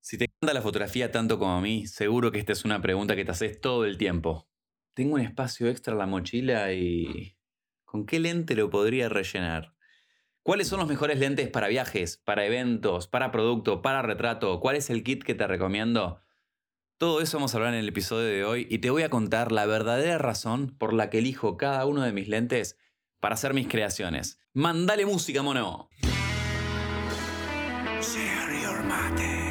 Si te encanta la fotografía tanto como a mí, seguro que esta es una pregunta que te haces todo el tiempo. Tengo un espacio extra en la mochila y... ¿con qué lente lo podría rellenar? ¿Cuáles son los mejores lentes para viajes, para eventos, para producto, para retrato? ¿Cuál es el kit que te recomiendo? Todo eso vamos a hablar en el episodio de hoy y te voy a contar la verdadera razón por la que elijo cada uno de mis lentes para hacer mis creaciones. ¡Mandale música, mono! Share your mate.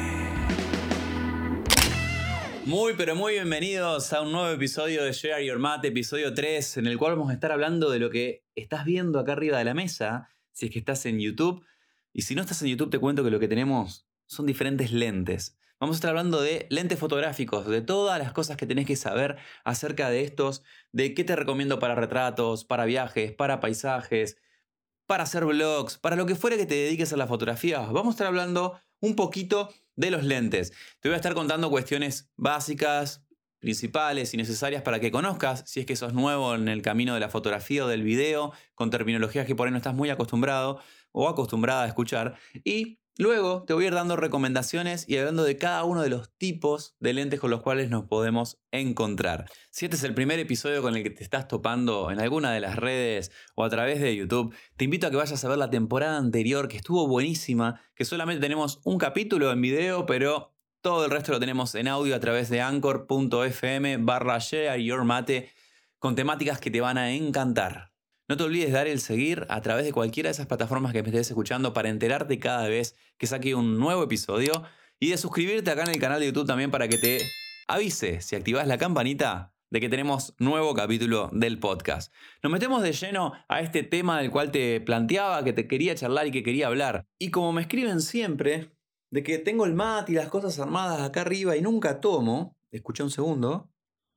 Muy pero muy bienvenidos a un nuevo episodio de Share Your Mate, episodio 3, en el cual vamos a estar hablando de lo que estás viendo acá arriba de la mesa, si es que estás en YouTube. Y si no estás en YouTube, te cuento que lo que tenemos son diferentes lentes. Vamos a estar hablando de lentes fotográficos, de todas las cosas que tenés que saber acerca de estos, de qué te recomiendo para retratos, para viajes, para paisajes, para hacer vlogs, para lo que fuera que te dediques a la fotografía. Vamos a estar hablando un poquito de los lentes. Te voy a estar contando cuestiones básicas, principales y necesarias para que conozcas, si es que sos nuevo en el camino de la fotografía o del video, con terminologías que por ahí no estás muy acostumbrado o acostumbrada a escuchar. Y luego te voy a ir dando recomendaciones y hablando de cada uno de los tipos de lentes con los cuales nos podemos encontrar. Si este es el primer episodio con el que te estás topando en alguna de las redes o a través de YouTube, te invito a que vayas a ver la temporada anterior, que estuvo buenísima, que solamente tenemos un capítulo en video, pero todo el resto lo tenemos en audio a través de anchor.fm/shareyourmate con temáticas que te van a encantar. No te olvides de dar el seguir a través de cualquiera de esas plataformas que me estés escuchando para enterarte cada vez que saque un nuevo episodio y de suscribirte acá en el canal de YouTube también para que te avise si activas la campanita de que tenemos nuevo capítulo del podcast. Nos metemos de lleno a este tema del cual te planteaba, que te quería charlar y que quería hablar. Y como me escriben siempre, de que tengo el mate y las cosas armadas acá arriba y nunca tomo, escuché un segundo.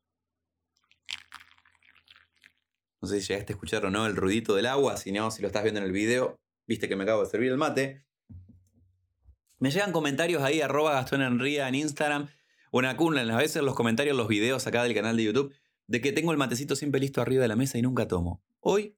No sé si llegaste a escuchar o no el ruidito del agua, si no, si lo estás viendo en el video, viste que me acabo de servir el mate. Me llegan comentarios ahí, @GastónEnría en Instagram, o en Acunla, a veces los comentarios, los videos acá del canal de YouTube, de que tengo el matecito siempre listo arriba de la mesa y nunca tomo. Hoy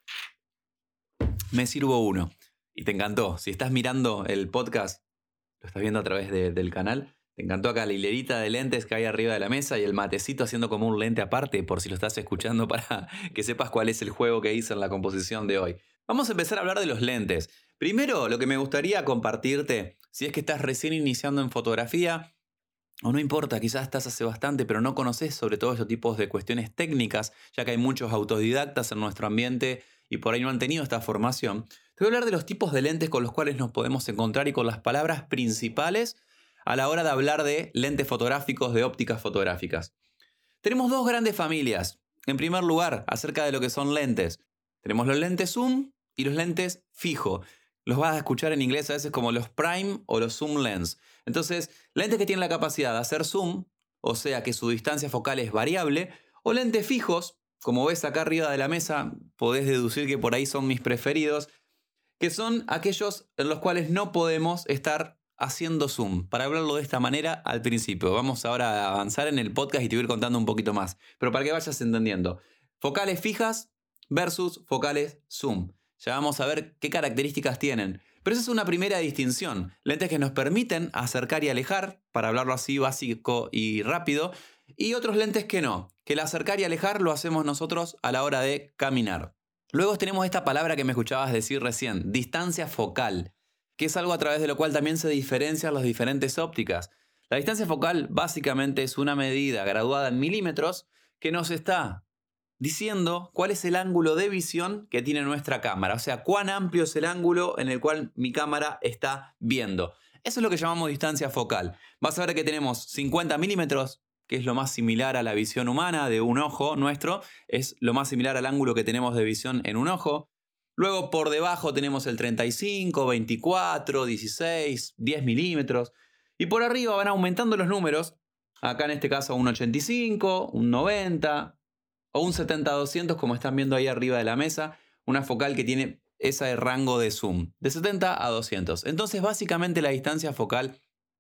me sirvo uno. Y te encantó. Si estás mirando el podcast, lo estás viendo a través del canal, te encantó acá la hilerita de lentes que hay arriba de la mesa y el matecito haciendo como un lente aparte, por si lo estás escuchando, para que sepas cuál es el juego que hice en la composición de hoy. Vamos a empezar a hablar de los lentes. Primero, lo que me gustaría compartirte, si es que estás recién iniciando en fotografía, o no importa, quizás estás hace bastante, pero no conoces sobre todo estos tipos de cuestiones técnicas, ya que hay muchos autodidactas en nuestro ambiente y por ahí no han tenido esta formación. Te voy a hablar de los tipos de lentes con los cuales nos podemos encontrar y con las palabras principales a la hora de hablar de lentes fotográficos, de ópticas fotográficas. Tenemos dos grandes familias. En primer lugar, acerca de lo que son lentes. Tenemos los lentes zoom y los lentes fijo. Los vas a escuchar en inglés a veces como los prime o los zoom lens. Entonces, lentes que tienen la capacidad de hacer zoom, o sea que su distancia focal es variable, o lentes fijos, como ves acá arriba de la mesa, podés deducir que por ahí son mis preferidos, que son aquellos en los cuales no podemos estar haciendo zoom. Para hablarlo de esta manera al principio. Vamos ahora a avanzar en el podcast y te voy a ir contando un poquito más. Pero para que vayas entendiendo. Focales fijas versus focales zoom. Ya vamos a ver qué características tienen. Pero esa es una primera distinción. Lentes que nos permiten acercar y alejar, para hablarlo así básico y rápido. Y otros lentes que no. Que el acercar y alejar lo hacemos nosotros a la hora de caminar. Luego tenemos esta palabra que me escuchabas decir recién, distancia focal, que es algo a través de lo cual también se diferencian las diferentes ópticas. La distancia focal básicamente es una medida graduada en milímetros que nos está diciendo cuál es el ángulo de visión que tiene nuestra cámara, o sea, cuán amplio es el ángulo en el cual mi cámara está viendo. Eso es lo que llamamos distancia focal. Vas a ver que tenemos 50 milímetros, que es lo más similar a la visión humana de un ojo nuestro, es lo más similar al ángulo que tenemos de visión en un ojo. Luego por debajo tenemos el 35, 24, 16, 10 milímetros. Y por arriba van aumentando los números. Acá en este caso un 85, un 90 o un 70-200 como están viendo ahí arriba de la mesa. Una focal que tiene ese rango de zoom, de 70 a 200. Entonces básicamente la distancia focal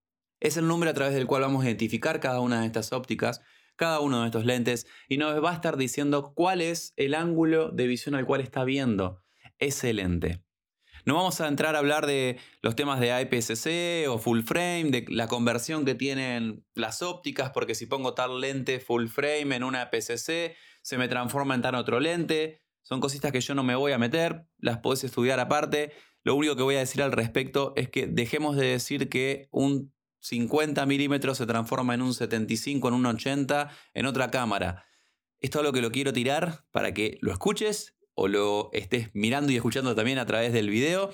es el número a través del cual vamos a identificar cada una de estas ópticas, cada uno de estos lentes, y nos va a estar diciendo cuál es el ángulo de visión al cual está viendo ese lente. No vamos a entrar a hablar de los temas de APS-C o full frame, de la conversión que tienen las ópticas, porque si pongo tal lente full frame en una APS-C, se me transforma en tal otro lente. Son cositas que yo no me voy a meter, las podés estudiar aparte. Lo único que voy a decir al respecto es que dejemos de decir que un 50 milímetros se transforma en un 75, en un 80, en otra cámara. Esto es lo que lo quiero tirar para que lo escuches o lo estés mirando y escuchando también a través del video.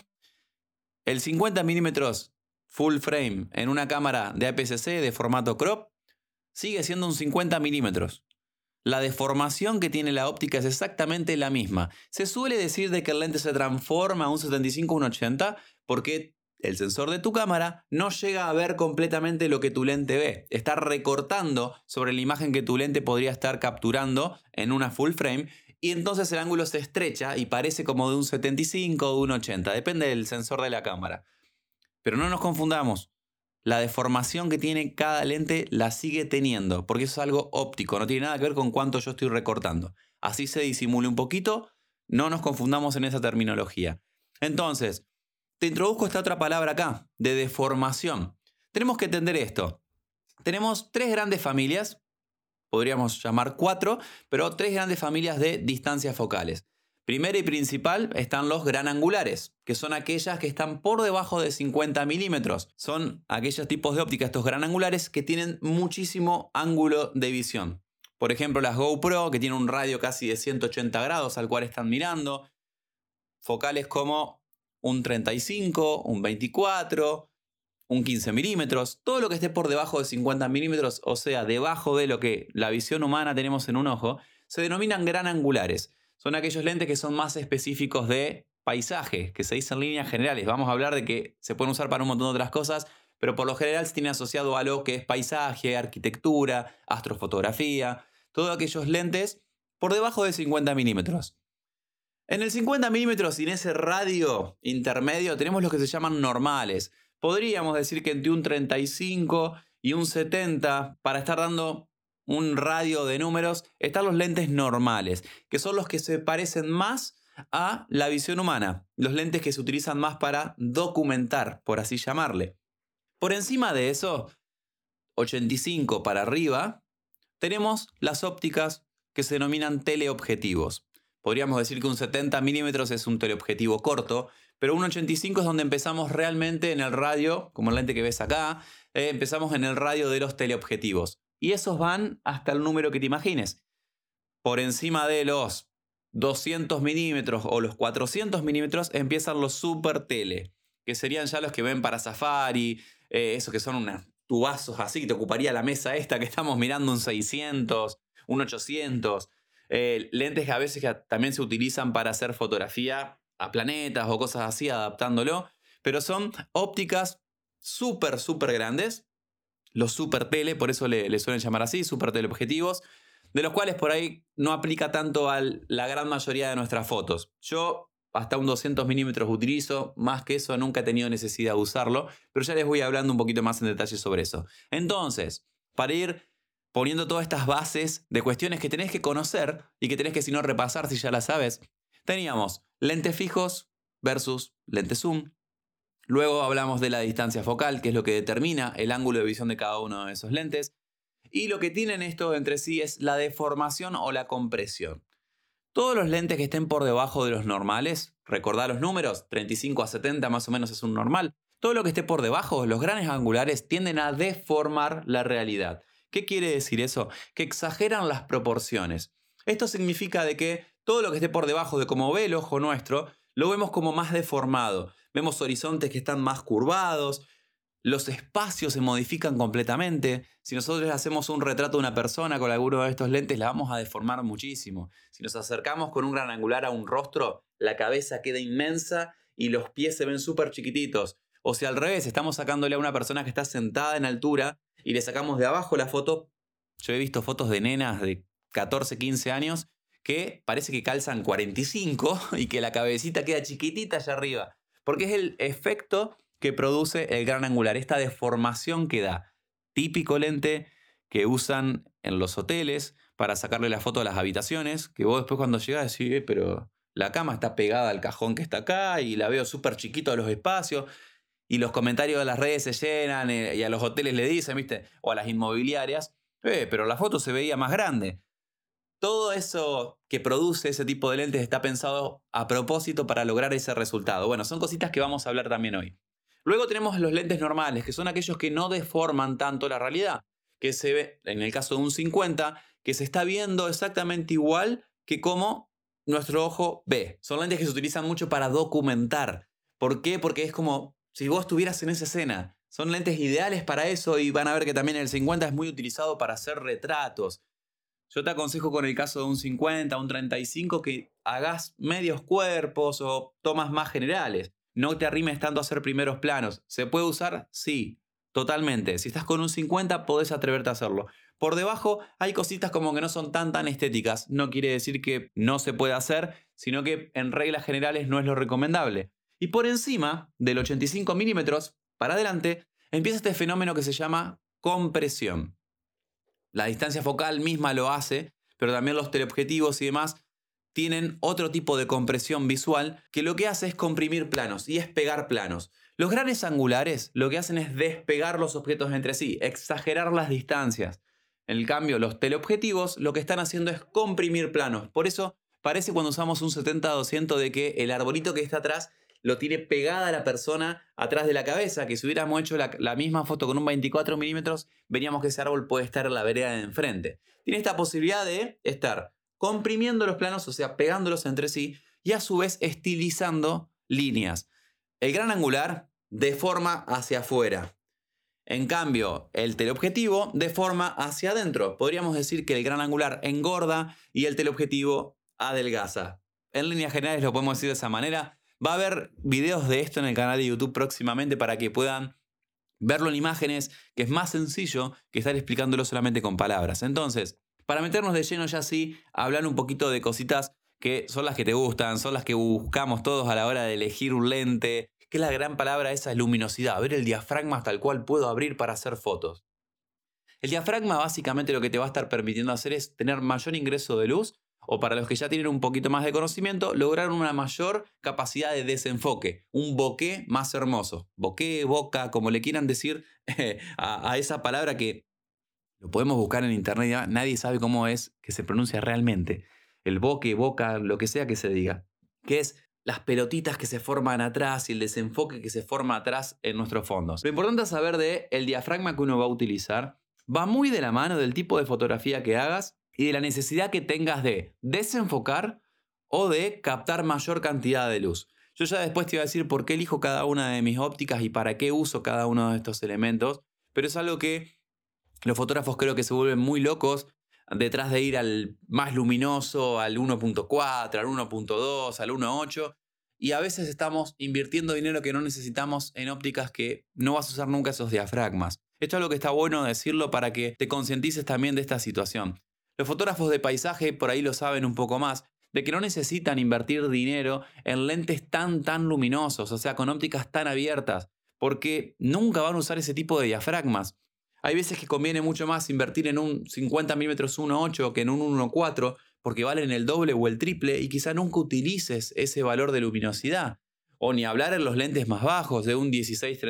El 50 milímetros full frame en una cámara de APS-C de formato crop sigue siendo un 50 milímetros. La deformación que tiene la óptica es exactamente la misma. Se suele decir de que el lente se transforma a un 75 o un 80 porque el sensor de tu cámara no llega a ver completamente lo que tu lente ve. Está recortando sobre la imagen que tu lente podría estar capturando en una full frame y entonces el ángulo se estrecha y parece como de un 75 o de un 80. Depende del sensor de la cámara. Pero no nos confundamos. La deformación que tiene cada lente la sigue teniendo, porque eso es algo óptico, no tiene nada que ver con cuánto yo estoy recortando. Así se disimule un poquito, no nos confundamos en esa terminología. Entonces, te introduzco esta otra palabra acá, de deformación. Tenemos que entender esto. Tenemos tres grandes familias, podríamos llamar cuatro, pero tres grandes familias de distancias focales. Primera y principal están los gran angulares, que son aquellas que están por debajo de 50 milímetros. Son aquellos tipos de óptica, estos gran angulares, que tienen muchísimo ángulo de visión. Por ejemplo, las GoPro, que tienen un radio casi de 180 grados al cual están mirando. Focales como un 35, un 24, un 15 milímetros. Todo lo que esté por debajo de 50 milímetros, o sea, debajo de lo que la visión humana tenemos en un ojo, se denominan gran angulares. Son aquellos lentes que son más específicos de paisaje, que se dicen líneas generales. Vamos a hablar de que se pueden usar para un montón de otras cosas, pero por lo general se tiene asociado a lo que es paisaje, arquitectura, astrofotografía, todos aquellos lentes por debajo de 50 milímetros. En el 50 milímetros y en ese radio intermedio tenemos los que se llaman normales. Podríamos decir que entre un 35 y un 70, para estar dando un radio de números, están los lentes normales, que son los que se parecen más a la visión humana, los lentes que se utilizan más para documentar, por así llamarle. Por encima de eso, 85 para arriba, tenemos las ópticas que se denominan teleobjetivos. Podríamos decir que un 70 milímetros es un teleobjetivo corto, pero un 85 es donde empezamos realmente en el radio, como el lente que ves acá, empezamos en el radio de los teleobjetivos. Y esos van hasta el número que te imagines. Por encima de los 200 milímetros o los 400 milímetros empiezan los super tele, que serían ya los que ven para Safari, esos que son unos tubazos así, que te ocuparía la mesa esta que estamos mirando, un 600, un 800. Lentes que a veces que también se utilizan para hacer fotografía a planetas o cosas así, adaptándolo. Pero son ópticas súper grandes. Los super tele, por eso le suelen llamar así, super teleobjetivos, de los cuales por ahí no aplica tanto a la gran mayoría de nuestras fotos. Yo hasta un 200 milímetros utilizo, más que eso nunca he tenido necesidad de usarlo, pero ya les voy hablando un poquito más en detalle sobre eso. Entonces, para ir poniendo todas estas bases de cuestiones que tenés que conocer y que tenés que si no repasar si ya las sabes, teníamos lentes fijos versus lentes zoom. Luego hablamos de la distancia focal, que es lo que determina el ángulo de visión de cada uno de esos lentes. Y lo que tienen estos entre sí es la deformación o la compresión. Todos los lentes que estén por debajo de los normales, recordá los números, 35 a 70 más o menos es un normal. Todo lo que esté por debajo, los grandes angulares, tienden a deformar la realidad. ¿Qué quiere decir eso? Que exageran las proporciones. Esto significa de que todo lo que esté por debajo de cómo ve el ojo nuestro, lo vemos como más deformado. Vemos horizontes que están más curvados, los espacios se modifican completamente. Si nosotros hacemos un retrato de una persona con alguno de estos lentes, la vamos a deformar muchísimo. Si nos acercamos con un gran angular a un rostro, la cabeza queda inmensa y los pies se ven súper chiquititos. O si al revés, estamos sacándole a una persona que está sentada en altura y le sacamos de abajo la foto. Yo he visto fotos de nenas de 14, 15 años que parece que calzan 45 y que la cabecita queda chiquitita allá arriba. Porque es el efecto que produce el gran angular, esta deformación que da. Típico lente que usan en los hoteles para sacarle la foto a las habitaciones, que vos después cuando llegás decís, pero La cama está pegada al cajón que está acá y la veo súper chiquito a los espacios. Y los comentarios de las redes se llenan y a los hoteles le dicen, ¿viste? O a las inmobiliarias, pero la foto se veía más grande. Todo eso que produce ese tipo de lentes está pensado a propósito para lograr ese resultado. Bueno, son cositas que vamos a hablar también hoy. Luego tenemos los lentes normales, que son aquellos que no deforman tanto la realidad, que se ve, en el caso de un 50, que se está viendo exactamente igual que como nuestro ojo ve. Son lentes que se utilizan mucho para documentar. ¿Por qué? Porque es como si vos estuvieras en esa escena. Son lentes ideales para eso y van a ver que también el 50 es muy utilizado para hacer retratos. Yo te aconsejo con el caso de un 50, un 35, que hagas medios cuerpos o tomas más generales. No te arrimes tanto a hacer primeros planos. ¿Se puede usar? Sí, totalmente. Si estás con un 50, podés atreverte a hacerlo. Por debajo hay cositas como que no son tan estéticas. No quiere decir que no se pueda hacer, sino que en reglas generales no es lo recomendable. Y por encima del 85 milímetros, para adelante, empieza este fenómeno que se llama compresión. La distancia focal misma lo hace, pero también los teleobjetivos y demás tienen otro tipo de compresión visual que lo que hace es comprimir planos y es pegar planos. Los grandes angulares lo que hacen es despegar los objetos entre sí, exagerar las distancias. En cambio, los teleobjetivos lo que están haciendo es comprimir planos. Por eso parece cuando usamos un 70-200 de que el arbolito que está atrás lo tiene pegada a la persona atrás de la cabeza, que si hubiéramos hecho la misma foto con un 24 milímetros, veríamos que ese árbol puede estar en la vereda de enfrente. Tiene esta posibilidad de estar comprimiendo los planos, o sea, pegándolos entre sí, y a su vez estilizando líneas. El gran angular deforma hacia afuera. En cambio, el teleobjetivo deforma hacia adentro. Podríamos decir que el gran angular engorda y el teleobjetivo adelgaza. En líneas generales lo podemos decir de esa manera. Va a haber videos de esto en el canal de YouTube próximamente para que puedan verlo en imágenes, que es más sencillo que estar explicándolo solamente con palabras. Entonces, para meternos de lleno ya sí, hablar un poquito de cositas que son las que te gustan, son las que buscamos todos a la hora de elegir un lente, que es la gran palabra esa, luminosidad, ver el diafragma hasta el cual puedo abrir para hacer fotos. El diafragma básicamente lo que te va a estar permitiendo hacer es tener mayor ingreso de luz, o para los que ya tienen un poquito más de conocimiento, lograr una mayor capacidad de desenfoque, un bokeh más hermoso. Bokeh, boca, como le quieran decir a esa palabra que lo podemos buscar en internet, ya nadie sabe cómo es que se pronuncia realmente. El bokeh, boca, lo que sea que se diga. Que es las pelotitas que se forman atrás y el desenfoque que se forma atrás en nuestros fondos. Lo importante es saber el diafragma que uno va a utilizar. Va muy de la mano del tipo de fotografía que hagas y de la necesidad que tengas de desenfocar o de captar mayor cantidad de luz. Yo ya después te iba a decir por qué elijo cada una de mis ópticas y para qué uso cada uno de estos elementos, pero es algo que los fotógrafos creo que se vuelven muy locos detrás de ir al más luminoso, al 1.4, al 1.2, al 1.8, y a veces estamos invirtiendo dinero que no necesitamos en ópticas que no vas a usar nunca esos diafragmas. Esto es lo que está bueno decirlo para que te concientices también de esta situación. Los fotógrafos de paisaje por ahí lo saben un poco más, de que no necesitan invertir dinero en lentes tan luminosos, o sea, con ópticas tan abiertas, porque nunca van a usar ese tipo de diafragmas. Hay veces que conviene mucho más invertir en un 50 mm 1.8 que en un 1.4 porque valen el doble o el triple y quizá nunca utilices ese valor de luminosidad. O ni hablar en los lentes más bajos de un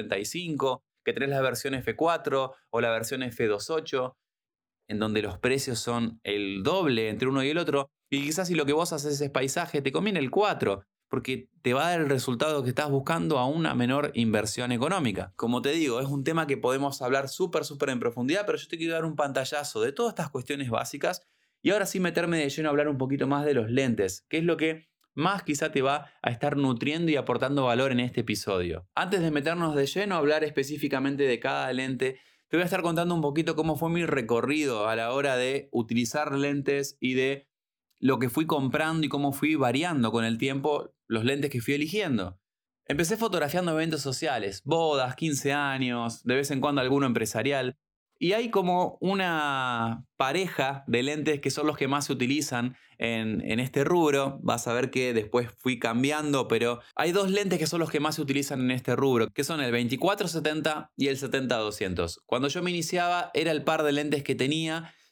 16-35 que tenés la versión f4 o la versión f2.8 en donde los precios son el doble entre uno y el otro y quizás si lo que vos haces es paisaje te conviene el 4 porque te va a dar el resultado que estás buscando a una menor inversión económica. Como te digo, es un tema que podemos hablar súper en profundidad, pero yo te quiero dar un pantallazo de todas estas cuestiones básicas y ahora sí meterme de lleno a hablar un poquito más de los lentes, que es lo que más quizá te va a estar nutriendo y aportando valor en este episodio. Antes de meternos de lleno a hablar específicamente de cada lente, te voy a estar contando un poquito cómo fue mi recorrido a la hora de utilizar lentes y de lo que fui comprando y cómo fui variando con el tiempo los lentes que fui eligiendo. Empecé fotografiando eventos sociales, bodas, 15 años, de vez en cuando alguno empresarial. Y hay como una pareja de lentes que son los que más se utilizan en este rubro. Vas a ver que después fui cambiando, pero hay dos lentes que son los que más se utilizan en este rubro, que son el 24-70 y el 70-200. Cuando yo me iniciaba era el par de lentes que tenía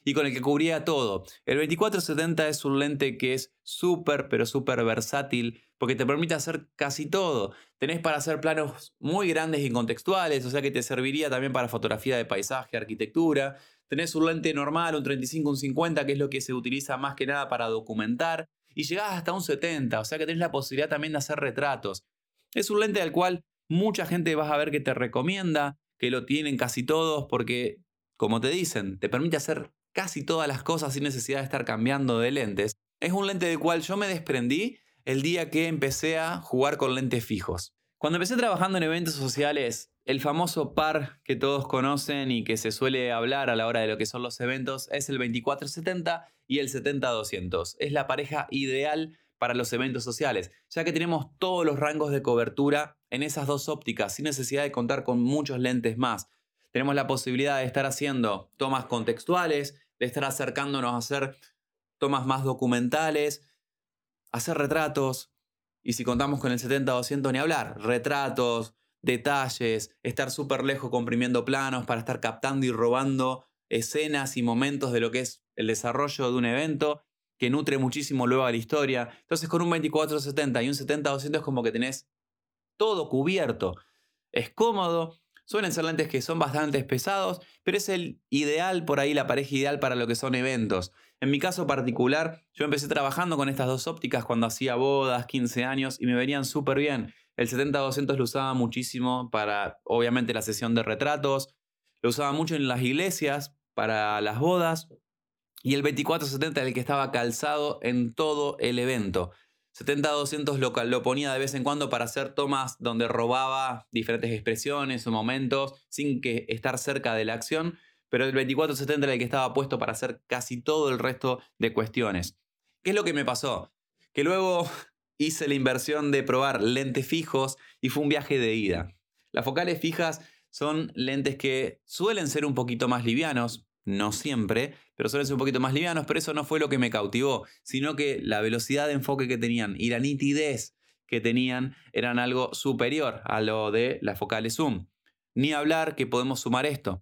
y con el que cubría todo. El 24-70 es un lente que es súper, pero súper versátil porque te permite hacer casi todo. Tenés para hacer planos muy grandes y contextuales, o sea que te serviría también para fotografía de paisaje, arquitectura. Tenés un lente normal, un 35, un 50, que es lo que se utiliza más que nada para documentar. Y llegás hasta un 70, o sea que tenés la posibilidad también de hacer retratos. Es un lente al cual mucha gente vas a ver que te recomienda, que lo tienen casi todos porque, como te dicen, te permite hacer casi todas las cosas sin necesidad de estar cambiando de lentes. Es un lente del cual yo me desprendí el día que empecé a jugar con lentes fijos. Cuando empecé trabajando en eventos sociales, el famoso par que todos conocen y que se suele hablar a la hora de lo que son los eventos es el 24-70 y el 70-200. Es la pareja ideal para los eventos sociales, ya que tenemos todos los rangos de cobertura en esas dos ópticas, sin necesidad de contar con muchos lentes más. Tenemos la posibilidad de estar haciendo tomas contextuales, de estar acercándonos a hacer tomas más documentales, hacer retratos, y si contamos con el 70-200 ni hablar, retratos, detalles, estar súper lejos comprimiendo planos para estar captando y robando escenas y momentos de lo que es el desarrollo de un evento que nutre muchísimo luego a la historia. Entonces con un 24-70 y un 70-200 es como que tenés todo cubierto. Es cómodo, suelen ser lentes que son bastante pesados, pero es el ideal por ahí, la pareja ideal para lo que son eventos. En mi caso particular, yo empecé trabajando con estas dos ópticas cuando hacía bodas, 15 años, y me venían súper bien. El 70-200 lo usaba muchísimo para, obviamente, la sesión de retratos, lo usaba mucho en las iglesias para las bodas, y el 24-70 era el que estaba calzado en todo el evento. 70-200 lo ponía de vez en cuando para hacer tomas donde robaba diferentes expresiones o momentos sin que estar cerca de la acción, pero el 24-70 era el que estaba puesto para hacer casi todo el resto de cuestiones. ¿Qué es lo que me pasó? Que luego hice la inversión de probar lentes fijos y fue un viaje de ida. Las focales fijas son lentes que suelen ser un poquito más livianos, no siempre, pero suelen ser un poquito más livianos, pero eso no fue lo que me cautivó, sino que la velocidad de enfoque que tenían y la nitidez que tenían eran algo superior a lo de las focales zoom. Ni hablar que podemos sumar esto.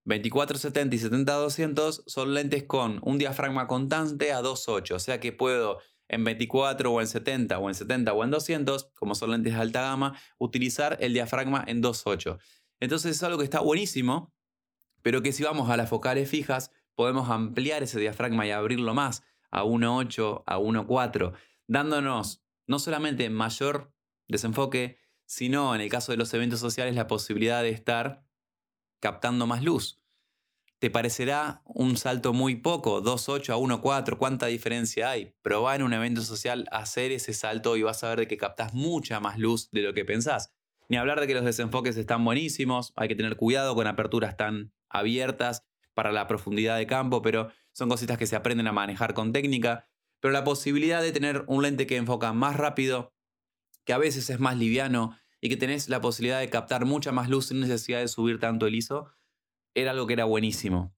24-70 y 70-200 son lentes con un diafragma constante a 2.8, o sea que puedo en 24 o en 70 o en 70 o en 200, como son lentes de alta gama, utilizar el diafragma en 2.8. Entonces es algo que está buenísimo, pero que si vamos a las focales fijas, podemos ampliar ese diafragma y abrirlo más a 1.8, a 1.4, dándonos no solamente mayor desenfoque, sino en el caso de los eventos sociales la posibilidad de estar captando más luz. ¿Te parecerá un salto muy poco? 2.8 a 1.4, ¿cuánta diferencia hay? Probá en un evento social hacer ese salto y vas a ver de que captás mucha más luz de lo que pensás. Ni hablar de que los desenfoques están buenísimos, hay que tener cuidado con aperturas tan abiertas para la profundidad de campo, pero son cositas que se aprenden a manejar con técnica. Pero la posibilidad de tener un lente que enfoca más rápido, que a veces es más liviano y que tenés la posibilidad de captar mucha más luz sin necesidad de subir tanto el ISO, era algo que era buenísimo.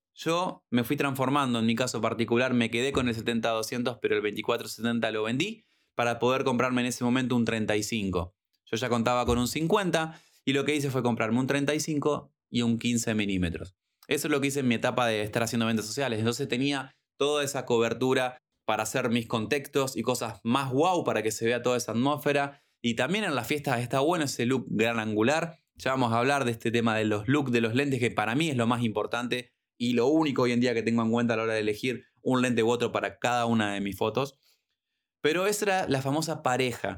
Yo me fui transformando, en mi caso particular me quedé con el 70-200, pero el 24-70 lo vendí para poder comprarme en ese momento un 35. Yo ya contaba con un 50 y lo que hice fue comprarme un 35 y un 15 milímetros. Eso es lo que hice en mi etapa de estar haciendo eventos sociales. Entonces tenía toda esa cobertura para hacer mis contextos y cosas más wow para que se vea toda esa atmósfera. Y también en las fiestas está bueno ese look gran angular. Ya vamos a hablar de este tema de los looks de los lentes, que para mí es lo más importante y lo único hoy en día que tengo en cuenta a la hora de elegir un lente u otro para cada una de mis fotos. Pero esa era la famosa pareja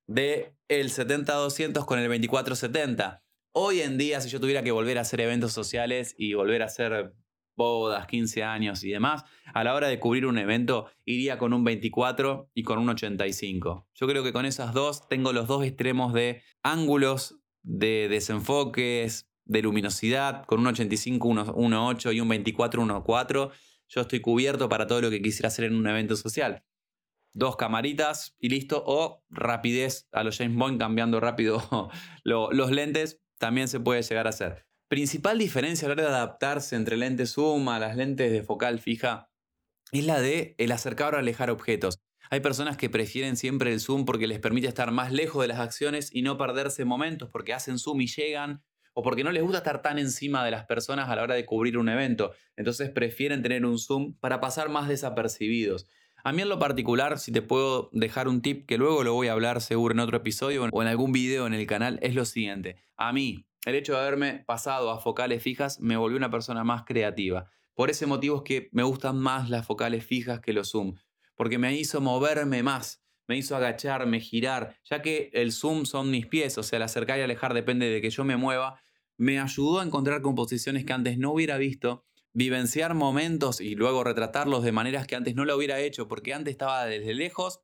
de el 70-200 con el 24-70. Hoy en día, si yo tuviera que volver a hacer eventos sociales y volver a hacer bodas, 15 años y demás, a la hora de cubrir un evento iría con un 24 y con un 85. Yo creo que con esas dos tengo los dos extremos de ángulos, de desenfoques, de luminosidad. Con un 85, 1.8 y un 24, 1.4, yo estoy cubierto para todo lo que quisiera hacer en un evento social. Dos camaritas y listo, o rapidez a los James Bond cambiando rápido los lentes, también se puede llegar a hacer. Principal diferencia a la hora de adaptarse entre lentes zoom a las lentes de focal fija es la de el acercar o alejar objetos. Hay personas que prefieren siempre el zoom porque les permite estar más lejos de las acciones y no perderse momentos porque hacen zoom y llegan, o porque no les gusta estar tan encima de las personas a la hora de cubrir un evento. Entonces prefieren tener un zoom para pasar más desapercibidos. A mí en lo particular, si te puedo dejar un tip que luego lo voy a hablar seguro en otro episodio o en algún video en el canal, es lo siguiente. A mí, el hecho de haberme pasado a focales fijas me volvió una persona más creativa. Por ese motivo es que me gustan más las focales fijas que los zoom, porque me hizo moverme más, me hizo agacharme, girar, ya que el zoom son mis pies, o sea, el acercar y alejar depende de que yo me mueva, me ayudó a encontrar composiciones que antes no hubiera visto, vivenciar momentos y luego retratarlos de maneras que antes no lo hubiera hecho, porque antes estaba desde lejos,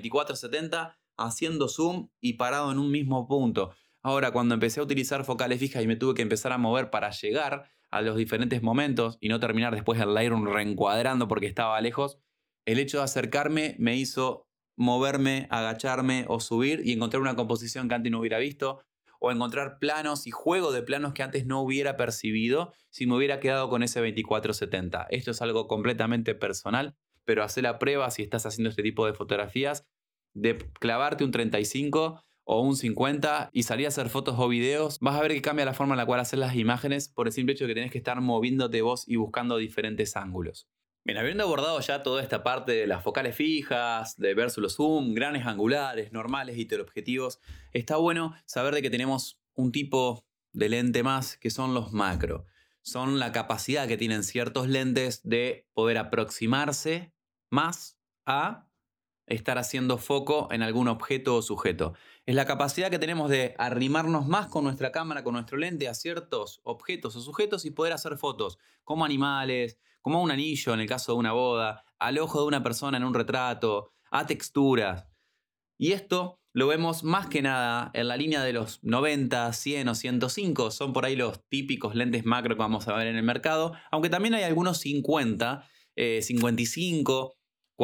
24-70, haciendo zoom y parado en un mismo punto. Ahora, cuando empecé a utilizar focales fijas y me tuve que empezar a mover para llegar a los diferentes momentos y no terminar después el Lightroom reencuadrando porque estaba lejos, el hecho de acercarme me hizo moverme, agacharme o subir y encontrar una composición que antes no hubiera visto, o encontrar planos y juego de planos que antes no hubiera percibido si me hubiera quedado con ese 24-70. Esto es algo completamente personal, pero hacé la prueba si estás haciendo este tipo de fotografías, de clavarte un 35 o un 50 y salir a hacer fotos o videos. Vas a ver que cambia la forma en la cual hacer las imágenes por el simple hecho de que tenés que estar moviéndote vos y buscando diferentes ángulos. Bien, habiendo abordado ya toda esta parte de las focales fijas, de versus los zoom, grandes angulares, normales y teleobjetivos, está bueno saber de que tenemos un tipo de lente más que son los macro. Son la capacidad que tienen ciertos lentes de poder aproximarse más a estar haciendo foco en algún objeto o sujeto. Es la capacidad que tenemos de arrimarnos más con nuestra cámara, con nuestro lente a ciertos objetos o sujetos y poder hacer fotos como animales, como un anillo en el caso de una boda, al ojo de una persona en un retrato, a texturas. Y esto lo vemos más que nada en la línea de los 90, 100 o 105. Son por ahí los típicos lentes macro que vamos a ver en el mercado. Aunque también hay algunos 50, 55,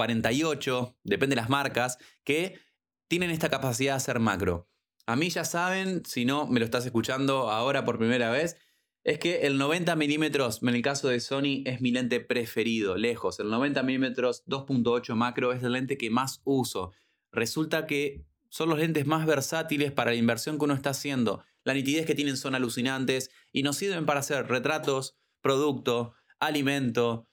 48, depende de las marcas, que tienen esta capacidad de hacer macro. A mí ya saben, si no me lo estás escuchando ahora por primera vez, es que el 90 milímetros, en el caso de Sony, es mi lente preferido, lejos. El 90 milímetros 2.8 macro es el lente que más uso. Resulta que son los lentes más versátiles para la inversión que uno está haciendo. La nitidez que tienen son alucinantes y nos sirven para hacer retratos, producto, alimento,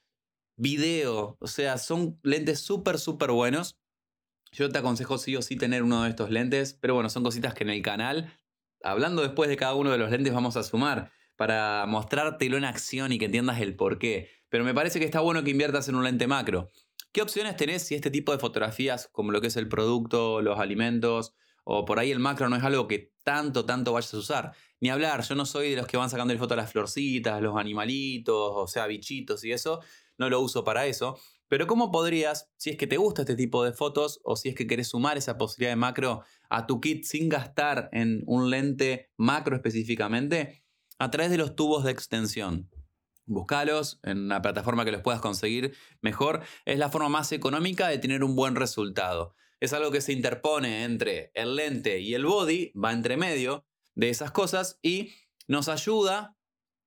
video. O sea, son lentes súper buenos. Yo te aconsejo sí o sí tener uno de estos lentes, pero bueno, son cositas que en el canal, hablando después de cada uno de los lentes, vamos a sumar para mostrártelo en acción y que entiendas el porqué. Pero me parece que está bueno que inviertas en un lente macro. ¿Qué opciones tenés si este tipo de fotografías, como lo que es el producto, los alimentos, o por ahí el macro no es algo que tanto vayas a usar? Ni hablar, yo no soy de los que van sacando fotos a las florcitas, los animalitos, o sea, bichitos y eso, no lo uso para eso. Pero ¿cómo podrías, si es que te gusta este tipo de fotos o si es que querés sumar esa posibilidad de macro a tu kit sin gastar en un lente macro específicamente? A través de los tubos de extensión. Búscalos en una plataforma que los puedas conseguir mejor. Es la forma más económica de tener un buen resultado. Es algo que se interpone entre el lente y el body, va entre medio de esas cosas y nos ayuda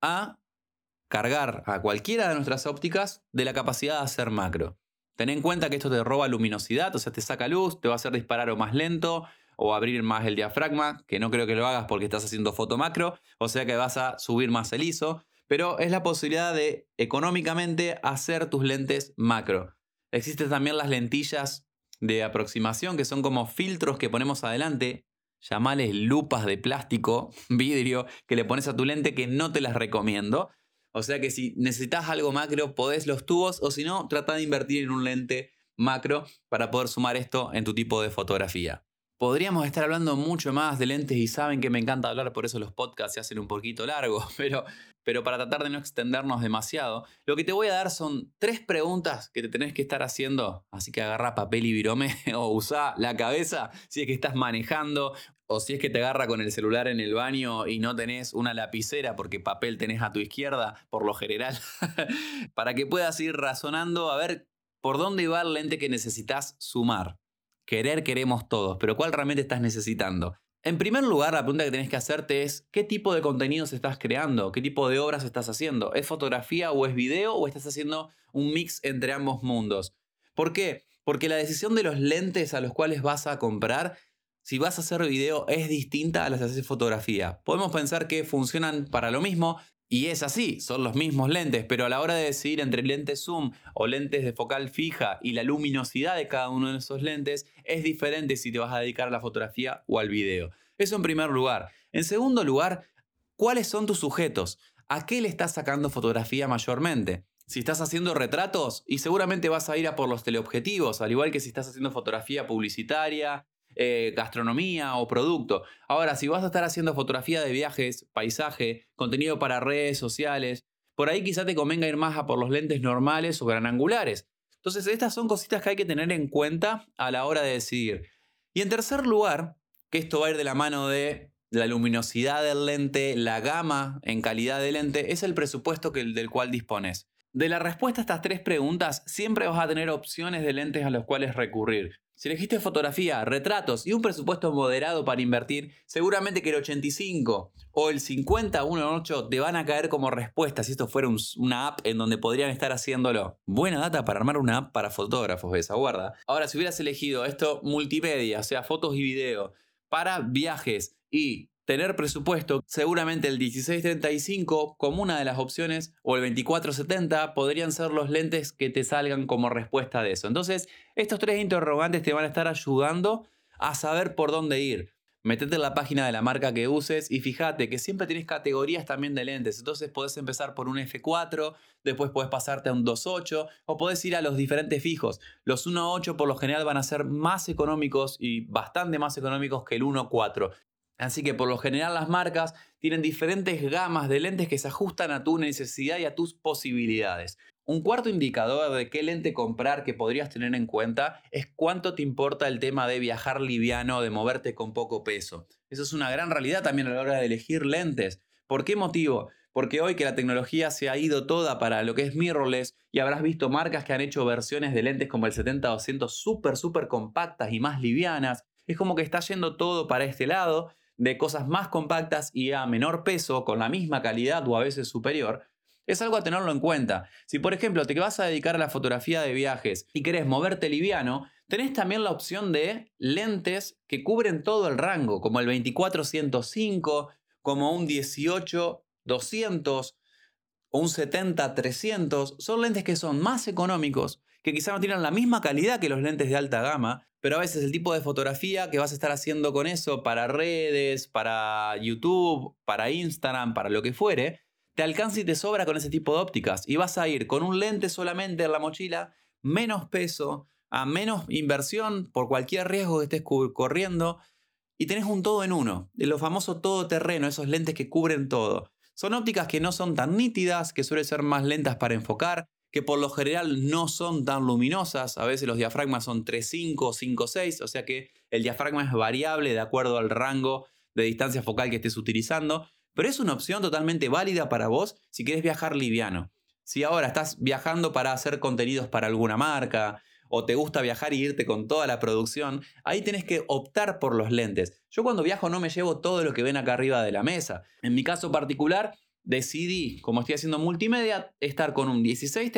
a cargar a cualquiera de nuestras ópticas de la capacidad de hacer macro. Ten en cuenta que esto te roba luminosidad, o sea, te saca luz, te va a hacer disparar o más lento o abrir más el diafragma, que no creo que lo hagas porque estás haciendo foto macro, o sea que vas a subir más el ISO, pero es la posibilidad de económicamente hacer tus lentes macro. Existen también las lentillas de aproximación que son como filtros que ponemos adelante, llamales lupas de plástico, vidrio, que le pones a tu lente que no te las recomiendo. O sea que si necesitas algo macro, podés los tubos, o si no, trata de invertir en un lente macro para poder sumar esto en tu tipo de fotografía. Podríamos estar hablando mucho más de lentes y saben que me encanta hablar, por eso los podcasts se hacen un poquito largos, pero para tratar de no extendernos demasiado, lo que te voy a dar son 3 preguntas que te tenés que estar haciendo, así que agarra papel y virome o usá la cabeza si es que estás manejando o si es que te agarra con el celular en el baño y no tenés una lapicera porque papel tenés a tu izquierda, por lo general, para que puedas ir razonando a ver por dónde va el lente que necesitas sumar. Queremos todos, pero ¿cuál realmente estás necesitando? En primer lugar, la pregunta que tenés que hacerte es ¿qué tipo de contenidos estás creando? ¿Qué tipo de obras estás haciendo? ¿Es fotografía o es video o estás haciendo un mix entre ambos mundos? ¿Por qué? Porque la decisión de los lentes a los cuales vas a comprar si vas a hacer video es distinta a las que haces fotografía. Podemos pensar que funcionan para lo mismo y es así, son los mismos lentes, pero a la hora de decidir entre lentes zoom o lentes de focal fija y la luminosidad de cada uno de esos lentes es diferente si te vas a dedicar a la fotografía o al video. Eso en primer lugar. En segundo lugar, ¿cuáles son tus sujetos? ¿A qué le estás sacando fotografía mayormente? Si estás haciendo retratos, y seguramente vas a ir a por los teleobjetivos, al igual que si estás haciendo fotografía publicitaria, gastronomía o producto. Ahora, si vas a estar haciendo fotografía de viajes, paisaje, contenido para redes sociales, por ahí quizá te convenga ir más a por los lentes normales o granangulares. Entonces, estas son cositas que hay que tener en cuenta a la hora de decidir. Y en tercer lugar, que esto va a ir de la mano de la luminosidad del lente, la gama en calidad de lente, es el presupuesto del cual dispones. De la respuesta a estas tres preguntas, siempre vas a tener opciones de lentes a los cuales recurrir. Si elegiste fotografía, retratos y un presupuesto moderado para invertir, seguramente que el 85 o el 50-1.8 te van a caer como respuesta si esto fuera una app en donde podrían estar haciéndolo. Buena data para armar una app para fotógrafos, esa guarda. Ahora, si hubieras elegido esto multimedia, o sea, fotos y video, para viajes y tener presupuesto, seguramente el 16-35 como una de las opciones o el 24-70 podrían ser los lentes que te salgan como respuesta de eso. Entonces, estos tres interrogantes te van a estar ayudando a saber por dónde ir. Metete en la página de la marca que uses y fíjate que siempre tienes categorías también de lentes. Entonces podés empezar por un F4, después podés pasarte a un 2.8 o podés ir a los diferentes fijos. Los 1.8 por lo general van a ser más económicos y bastante más económicos que el 1.4. Así que por lo general las marcas tienen diferentes gamas de lentes que se ajustan a tu necesidad y a tus posibilidades. Un cuarto indicador de qué lente comprar que podrías tener en cuenta es cuánto te importa el tema de viajar liviano, de moverte con poco peso. Eso es una gran realidad también a la hora de elegir lentes. ¿Por qué motivo? Porque hoy que la tecnología se ha ido toda para lo que es mirrorless y habrás visto marcas que han hecho versiones de lentes como el 70-200 súper compactas y más livianas. Es como que está yendo todo para este lado, de cosas más compactas y a menor peso, con la misma calidad o a veces superior, es algo a tenerlo en cuenta. Si por ejemplo te vas a dedicar a la fotografía de viajes y querés moverte liviano, tenés también la opción de lentes que cubren todo el rango, como el 24-105, como un 18-200 o un 70-300. Son lentes que son más económicos, que quizá no tienen la misma calidad que los lentes de alta gama, pero a veces el tipo de fotografía que vas a estar haciendo con eso para redes, para YouTube, para Instagram, para lo que fuere, te alcanza y te sobra con ese tipo de ópticas. Y vas a ir con un lente solamente en la mochila, menos peso, a menos inversión por cualquier riesgo que estés corriendo, y tenés un todo en uno, de lo famoso todoterreno, esos lentes que cubren todo. Son ópticas que no son tan nítidas, que suelen ser más lentas para enfocar, que por lo general no son tan luminosas. A veces los diafragmas son 3.5 o 5.6, o sea que el diafragma es variable de acuerdo al rango de distancia focal que estés utilizando, pero es una opción totalmente válida para vos si querés viajar liviano. Si ahora estás viajando para hacer contenidos para alguna marca o te gusta viajar y irte con toda la producción, ahí tenés que optar por los lentes. Yo cuando viajo no me llevo todo lo que ven acá arriba de la mesa. En mi caso particular, decidí, como estoy haciendo multimedia, estar con un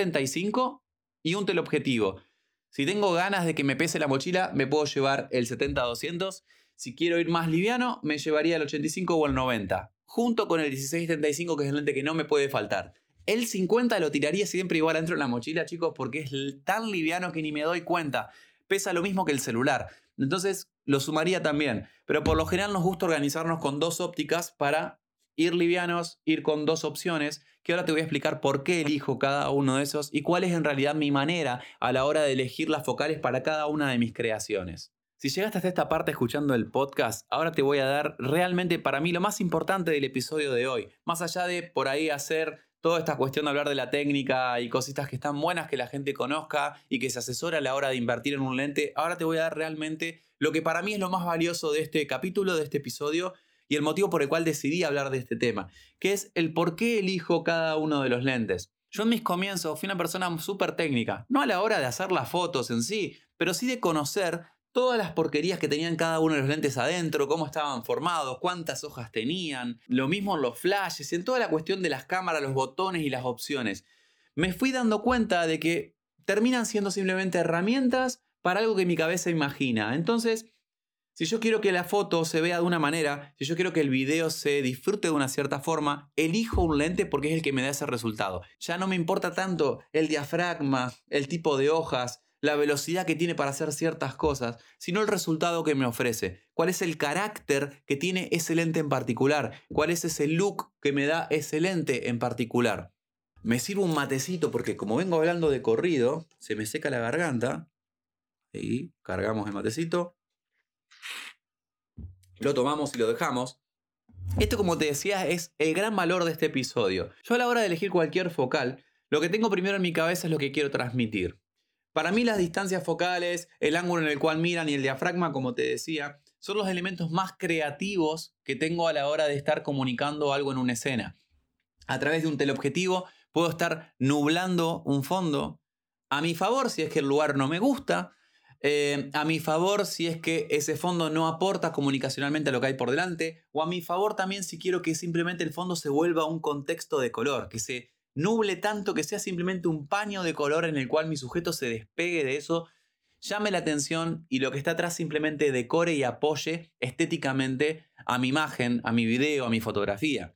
16-35 y un teleobjetivo. Si tengo ganas de que me pese la mochila, me puedo llevar el 70-200. Si quiero ir más liviano, me llevaría el 85 o el 90, junto con el 16-35, que es el lente que no me puede faltar. El 50 lo tiraría siempre igual dentro de la mochila, chicos, porque es tan liviano que ni me doy cuenta. Pesa lo mismo que el celular. Entonces lo sumaría también. Pero por lo general nos gusta organizarnos con dos ópticas para ir livianos, ir con dos opciones, que ahora te voy a explicar por qué elijo cada uno de esos y cuál es en realidad mi manera a la hora de elegir las focales para cada una de mis creaciones. Si llegaste hasta esta parte escuchando el podcast, ahora te voy a dar realmente para mí lo más importante del episodio de hoy. Más allá de por ahí hacer toda esta cuestión de hablar de la técnica y cositas que están buenas que la gente conozca y que se asesora a la hora de invertir en un lente, ahora te voy a dar realmente lo que para mí es lo más valioso de este capítulo, de este episodio, y el motivo por el cual decidí hablar de este tema, que es el por qué elijo cada uno de los lentes. Yo en mis comienzos fui una persona súper técnica, no a la hora de hacer las fotos en sí, pero sí de conocer todas las porquerías que tenían cada uno de los lentes adentro, cómo estaban formados, cuántas hojas tenían, lo mismo en los flashes, en toda la cuestión de las cámaras, los botones y las opciones. Me fui dando cuenta de que terminan siendo simplemente herramientas para algo que mi cabeza imagina. Entonces, Si yo quiero que la foto se vea de una manera, si yo quiero que el video se disfrute de una cierta forma, elijo un lente porque es el que me da ese resultado. Ya no me importa tanto el diafragma, el tipo de hojas, la velocidad que tiene para hacer ciertas cosas, sino el resultado que me ofrece. ¿Cuál es el carácter que tiene ese lente en particular? ¿Cuál es ese look que me da ese lente en particular? Me sirvo un matecito porque como vengo hablando de corrido, se me seca la garganta. Y cargamos el matecito. Lo tomamos y lo dejamos. Esto, como te decía, es el gran valor de este episodio. Yo a la hora de elegir cualquier focal, lo que tengo primero en mi cabeza es lo que quiero transmitir. Para mí las distancias focales, el ángulo en el cual miran y el diafragma, como te decía, son los elementos más creativos que tengo a la hora de estar comunicando algo en una escena. A través de un teleobjetivo puedo estar nublando un fondo a mi favor si es que el lugar no me gusta, a mi favor si es que ese fondo no aporta comunicacionalmente a lo que hay por delante, o a mi favor también si quiero que simplemente el fondo se vuelva un contexto de color, que se nuble tanto que sea simplemente un paño de color en el cual mi sujeto se despegue de eso, llame la atención y lo que está atrás simplemente decore y apoye estéticamente a mi imagen, a mi video, a mi fotografía.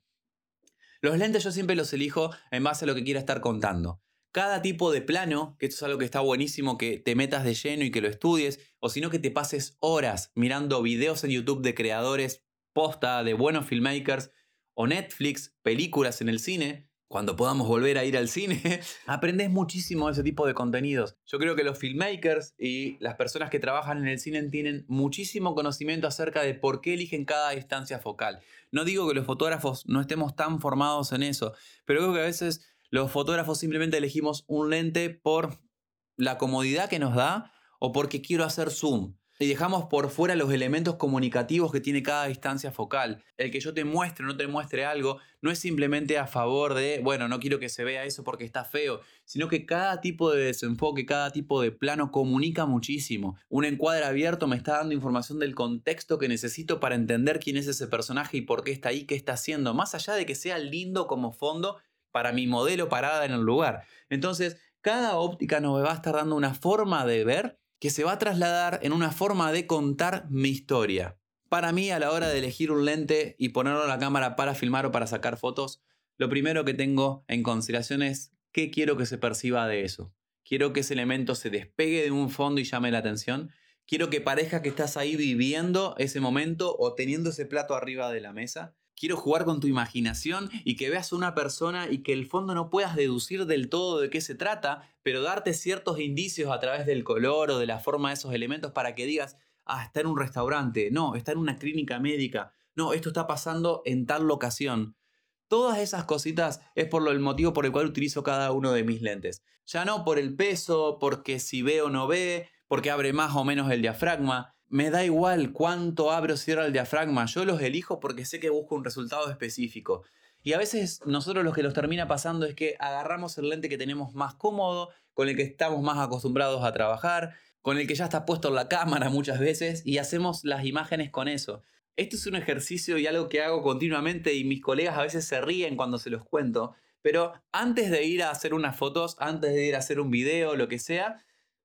Los lentes yo siempre los elijo en base a lo que quiera estar contando. Cada tipo de plano, que esto es algo que está buenísimo que te metas de lleno y que lo estudies, o si no que te pases horas mirando videos en YouTube de creadores posta, de buenos filmmakers, o Netflix, películas en el cine. Cuando podamos volver a ir al cine, aprendes muchísimo de ese tipo de contenidos. Yo creo que los filmmakers y las personas que trabajan en el cine tienen muchísimo conocimiento acerca de por qué eligen cada distancia focal. No digo que los fotógrafos no estemos tan formados en eso, pero creo que a veces los fotógrafos simplemente elegimos un lente por la comodidad que nos da o porque quiero hacer zoom. Y dejamos por fuera los elementos comunicativos que tiene cada distancia focal. El que yo te muestre o no te muestre algo no es simplemente a favor de, bueno, no quiero que se vea eso porque está feo, sino que cada tipo de desenfoque, cada tipo de plano comunica muchísimo. Un encuadre abierto me está dando información del contexto que necesito para entender quién es ese personaje y por qué está ahí, qué está haciendo, más allá de que sea lindo como fondo para mi modelo parada en el lugar. Entonces, cada óptica nos va a estar dando una forma de ver que se va a trasladar en una forma de contar mi historia. Para mí, a la hora de elegir un lente y ponerlo a la cámara para filmar o para sacar fotos, lo primero que tengo en consideración es qué quiero que se perciba de eso. Quiero que ese elemento se despegue de un fondo y llame la atención. Quiero que parezca que estás ahí viviendo ese momento o teniendo ese plato arriba de la mesa. Quiero jugar con tu imaginación y que veas una persona y que el fondo no puedas deducir del todo de qué se trata, pero darte ciertos indicios a través del color o de la forma de esos elementos para que digas, ah, está en un restaurante, no, está en una clínica médica, no, esto está pasando en tal locación. Todas esas cositas es por el motivo por el cual utilizo cada uno de mis lentes. Ya no por el peso, porque si ve o no ve, porque abre más o menos el diafragma. Me da igual cuánto abre o cierra el diafragma. Yo los elijo porque sé que busco un resultado específico. Y a veces nosotros lo que nos termina pasando es que agarramos el lente que tenemos más cómodo, con el que estamos más acostumbrados a trabajar, con el que ya está puesto en la cámara muchas veces y hacemos las imágenes con eso. Esto es un ejercicio y algo que hago continuamente y mis colegas a veces se ríen cuando se los cuento, pero antes de ir a hacer unas fotos, antes de ir a hacer un video, lo que sea,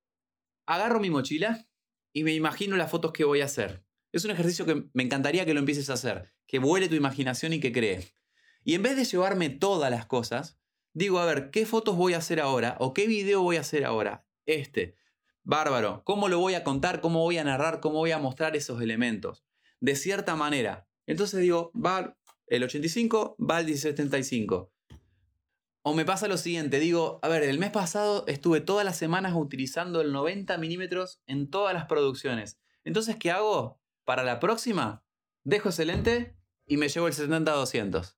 agarro mi mochila y me imagino las fotos que voy a hacer. Es un ejercicio que me encantaría que lo empieces a hacer, que vuele tu imaginación y que crees. Y en vez de llevarme todas las cosas, digo, a ver, ¿qué fotos voy a hacer ahora? ¿O qué video voy a hacer ahora? Bárbaro. ¿Cómo lo voy a contar? ¿Cómo voy a narrar? ¿Cómo voy a mostrar esos elementos? De cierta manera. Entonces digo, va el 85, va el 1675. O me pasa lo siguiente, digo, a ver, el mes pasado estuve todas las semanas utilizando el 90 milímetros en todas las producciones. Entonces, ¿qué hago? Para la próxima, dejo ese lente y me llevo el 70-200.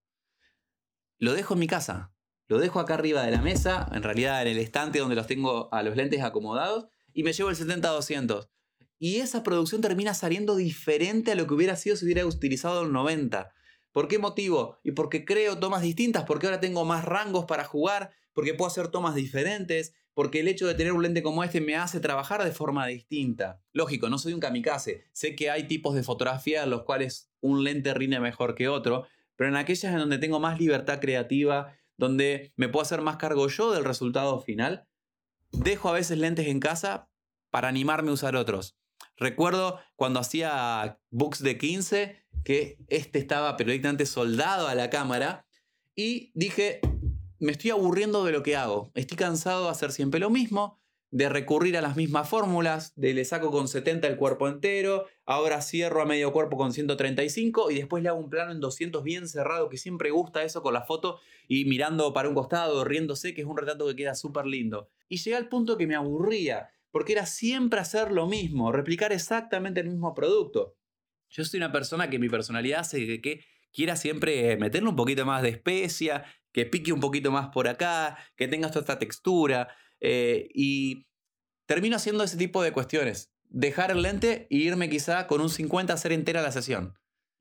Lo dejo en mi casa. Lo dejo acá arriba de la mesa, en realidad en el estante donde los tengo a los lentes acomodados, y me llevo el 70-200. Y esa producción termina saliendo diferente a lo que hubiera sido si hubiera utilizado el 90. ¿Por qué motivo? Y porque creo tomas distintas, porque ahora tengo más rangos para jugar, porque puedo hacer tomas diferentes, porque el hecho de tener un lente como este me hace trabajar de forma distinta. Lógico, no soy un kamikaze. Sé que hay tipos de fotografía en los cuales un lente rinde mejor que otro, pero en aquellas en donde tengo más libertad creativa, donde me puedo hacer más cargo yo del resultado final, dejo a veces lentes en casa para animarme a usar otros. Recuerdo cuando hacía books de 15 que estaba periódicamente soldado a la cámara y dije, me estoy aburriendo de lo que hago. Estoy cansado de hacer siempre lo mismo, de recurrir a las mismas fórmulas, de le saco con 70 el cuerpo entero, ahora cierro a medio cuerpo con 135 y después le hago un plano en 200 bien cerrado, que siempre gusta eso con la foto y mirando para un costado, riéndose, que es un retrato que queda súper lindo. Y llegué al punto que me aburría, porque era siempre hacer lo mismo, replicar exactamente el mismo producto. Yo soy una persona que mi personalidad hace que quiera siempre meterle un poquito más de especia, que pique un poquito más por acá, que tenga toda esta textura. Y termino haciendo ese tipo de cuestiones. Dejar el lente e irme quizá con un 50 a hacer entera la sesión.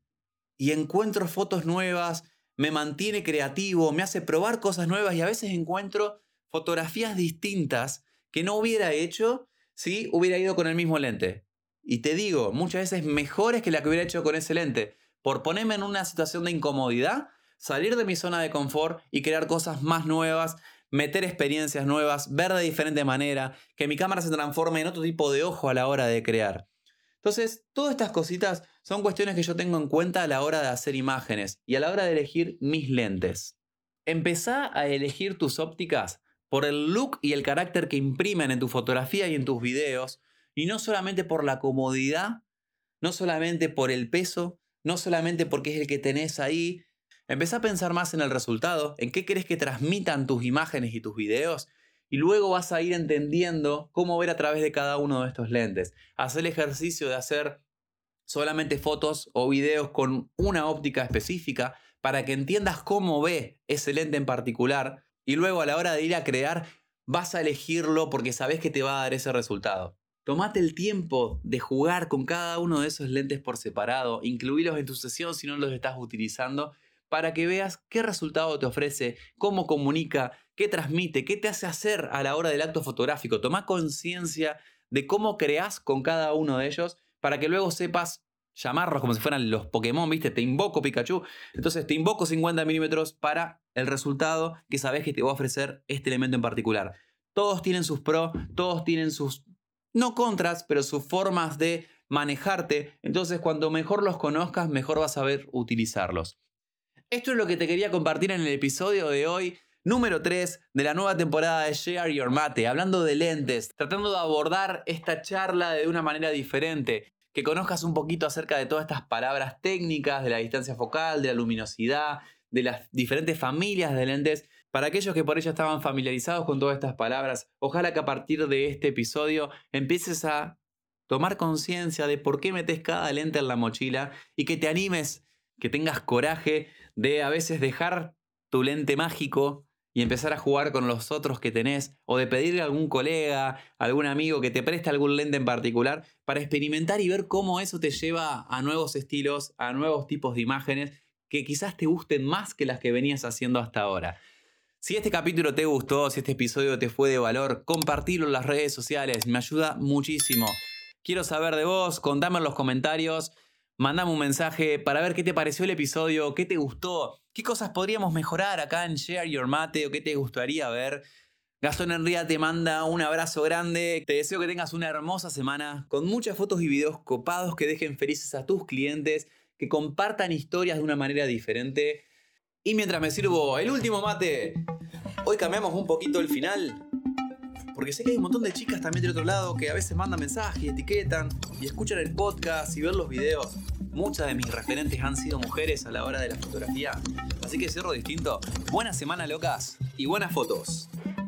Y encuentro fotos nuevas, me mantiene creativo, me hace probar cosas nuevas y a veces encuentro fotografías distintas que no hubiera hecho si hubiera ido con el mismo lente. Y te digo, muchas veces mejores que la que hubiera hecho con ese lente. Por ponerme en una situación de incomodidad, salir de mi zona de confort y crear cosas más nuevas, meter experiencias nuevas, ver de diferente manera, que mi cámara se transforme en otro tipo de ojo a la hora de crear. Entonces, todas estas cositas son cuestiones que yo tengo en cuenta a la hora de hacer imágenes y a la hora de elegir mis lentes. Empezá a elegir tus ópticas por el look y el carácter que imprimen en tu fotografía y en tus videos, y no solamente por la comodidad, no solamente por el peso, no solamente porque es el que tenés ahí. Empezá a pensar más en el resultado, en qué querés que transmitan tus imágenes y tus videos, y luego vas a ir entendiendo cómo ver a través de cada uno de estos lentes. Haz el ejercicio de hacer solamente fotos o videos con una óptica específica para que entiendas cómo ve ese lente en particular y luego a la hora de ir a crear vas a elegirlo porque sabes que te va a dar ese resultado. Tomate el tiempo de jugar con cada uno de esos lentes por separado, incluílos en tu sesión si no los estás utilizando, para que veas qué resultado te ofrece, cómo comunica, qué transmite, qué te hace hacer a la hora del acto fotográfico. Toma conciencia de cómo creás con cada uno de ellos para que luego sepas llamarlos como si fueran los Pokémon, ¿viste? Te invoco Pikachu. Entonces te invoco 50 milímetros para el resultado que sabes que te va a ofrecer este elemento en particular. Todos tienen sus pros, todos tienen sus, no contras, pero sus formas de manejarte. Entonces cuanto mejor los conozcas, mejor vas a saber utilizarlos. Esto es lo que te quería compartir en el episodio de hoy, número 3 de la nueva temporada de Share Your Mate, hablando de lentes, tratando de abordar esta charla de una manera diferente, que conozcas un poquito acerca de todas estas palabras técnicas, de la distancia focal, de la luminosidad, de las diferentes familias de lentes. Para aquellos que por ello estaban familiarizados con todas estas palabras, ojalá que a partir de este episodio empieces a tomar conciencia de por qué metes cada lente en la mochila y que te animes, que tengas coraje de a veces dejar tu lente mágico y empezar a jugar con los otros que tenés, o de pedirle a algún colega, a algún amigo que te preste algún lente en particular para experimentar y ver cómo eso te lleva a nuevos estilos, a nuevos tipos de imágenes que quizás te gusten más que las que venías haciendo hasta ahora. Si este capítulo te gustó, si este episodio te fue de valor, compartilo en las redes sociales, me ayuda muchísimo. Quiero saber de vos, contame en los comentarios, mandame un mensaje para ver qué te pareció el episodio, qué te gustó, qué cosas podríamos mejorar acá en Share Your Mate o qué te gustaría ver. Gastón Enría te manda un abrazo grande, te deseo que tengas una hermosa semana con muchas fotos y videos copados que dejen felices a tus clientes, que compartan historias de una manera diferente. Y mientras me sirvo el último mate, hoy cambiamos un poquito el final, porque sé que hay un montón de chicas también del otro lado que a veces mandan mensajes, etiquetan y escuchan el podcast y ven los videos. Muchas de mis referentes han sido mujeres a la hora de la fotografía, así que cierro distinto. Buena semana, locas, y buenas fotos.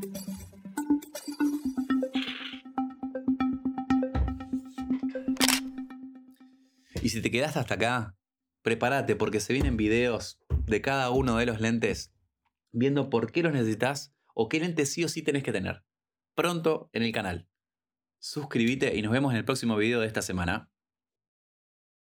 Y si te quedaste hasta acá, prepárate porque se vienen videos de cada uno de los lentes, viendo por qué los necesitas o qué lentes sí o sí tenés que tener. Pronto en el canal. Suscríbete y nos vemos en el próximo video de esta semana.